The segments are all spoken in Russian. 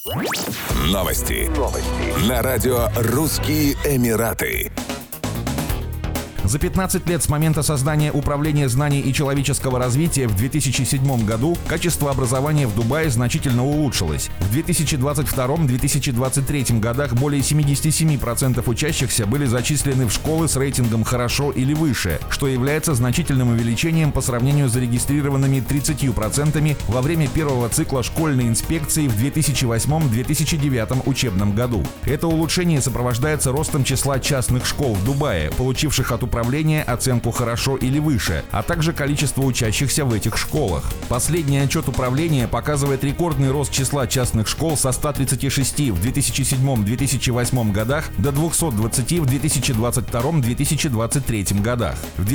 Новости. На радио «Русские Эмираты». За 15 лет с момента создания Управления знаний и человеческого развития в 2007 году качество образования в Дубае значительно улучшилось. В 2022-2023 годах более 77% учащихся были зачислены в школы с рейтингом «хорошо» или выше, что является значительным увеличением по сравнению с зарегистрированными 30% во время первого цикла школьной инспекции в 2008-2009 учебном году. Это улучшение сопровождается ростом числа частных школ в Дубае, получивших от управления оценку «хорошо» или выше, а также количество учащихся в этих школах. Последний отчет управления показывает рекордный рост числа частных школ со 136 в 2007-2008 годах до 220 в 2022-2023 годах. В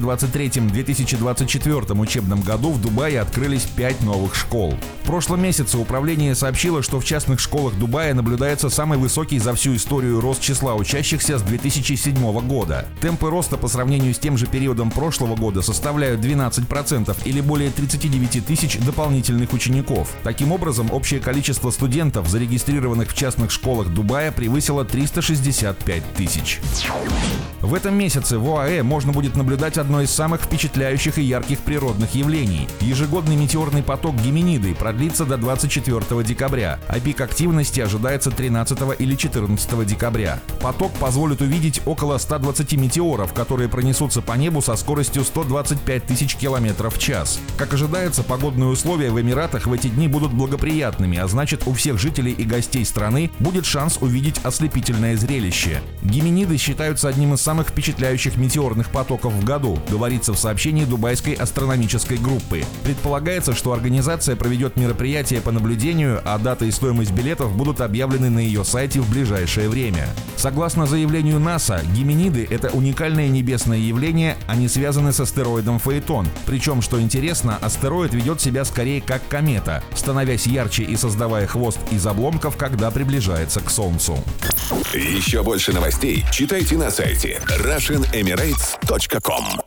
2023-2024 учебном году в Дубае открылись 5 новых школ. В прошлом месяце управление сообщило, что в частных школах Дубая наблюдается самый высокий за всю историю рост числа учащихся с 2007 года. Темпы роста по сравнению с тем же периодом прошлого года составляют 12% или более 39 тысяч дополнительных учеников. Таким образом, общее количество студентов, зарегистрированных в частных школах Дубая, превысило 365 тысяч. В этом месяце в ОАЭ можно будет наблюдать одно из самых впечатляющих и ярких природных явлений. Ежегодный метеорный поток Геминиды продлится до 24 декабря, а пик активности ожидается 13 или 14 декабря. Поток позволит увидеть около 120 метеоров, которые пронесутся по небу со скоростью 125 тысяч километров в час. Как ожидается, погодные условия в Эмиратах в эти дни будут благоприятными, а значит, у всех жителей и гостей страны будет шанс увидеть ослепительное зрелище. Геминиды считаются одним из самых впечатляющих метеорных потоков в году, говорится в сообщении Дубайской астрономической группы. Предполагается, что организация проведет мероприятие по наблюдению, а дата и стоимость билетов будут объявлены на ее сайте в ближайшее время. Согласно заявлению НАСА, геминиды — это уникальное небесное явление, они связаны с астероидом Фаэтон. Причем, что интересно, астероид ведет себя скорее как комета, становясь ярче и создавая хвост из обломков, когда приближается к Солнцу. Еще больше новостей читайте на сайте RussianEmirates.com.